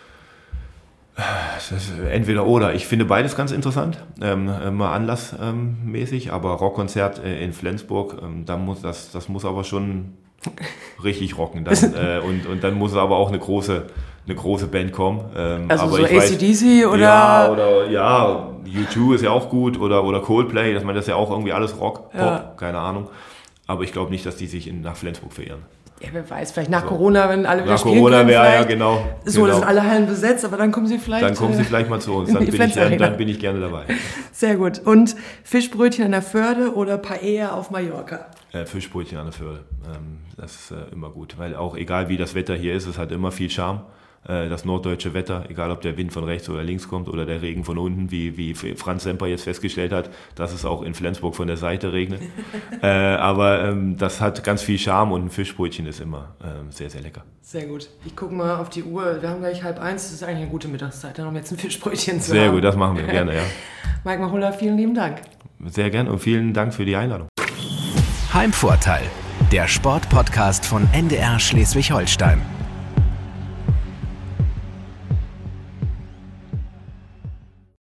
Das ist entweder oder. Ich finde beides ganz interessant, mal anlassmäßig, aber Rockkonzert in Flensburg, das muss aber schon richtig rocken. Und dann muss aber auch eine große Band kommen. Also aber so AC/DC oder? Ja, U2 ist ja auch gut oder Coldplay, das ist ja auch irgendwie alles Rock, Pop, keine Ahnung. Aber ich glaube nicht, dass die sich nach Flensburg verehren. Ja, wer weiß, vielleicht nach Corona, wenn alle wieder spielen können. Nach Corona wäre ja, genau. So, da sind alle Hallen besetzt, aber dann kommen sie vielleicht... Dann kommen sie vielleicht mal zu uns, dann bin ich gerne dabei. Sehr gut. Und Fischbrötchen an der Förde oder Paella auf Mallorca? Fischbrötchen an der Förde, das ist immer gut, weil auch egal wie das Wetter hier ist, es hat immer viel Charme. Das norddeutsche Wetter, egal ob der Wind von rechts oder links kommt oder der Regen von unten, wie Franz Semper jetzt festgestellt hat, dass es auch in Flensburg von der Seite regnet. Aber das hat ganz viel Charme und ein Fischbrötchen ist immer sehr, sehr lecker. Sehr gut. Ich gucke mal auf die Uhr. Wir haben gleich 12:30. Das ist eigentlich eine gute Mittagszeit, dann haben wir jetzt ein Fischbrötchen zu haben. Sehr gut, das machen wir gerne, ja. Mike Machulla, vielen lieben Dank. Sehr gerne und vielen Dank für die Einladung. Heimvorteil, der Sportpodcast von NDR Schleswig-Holstein.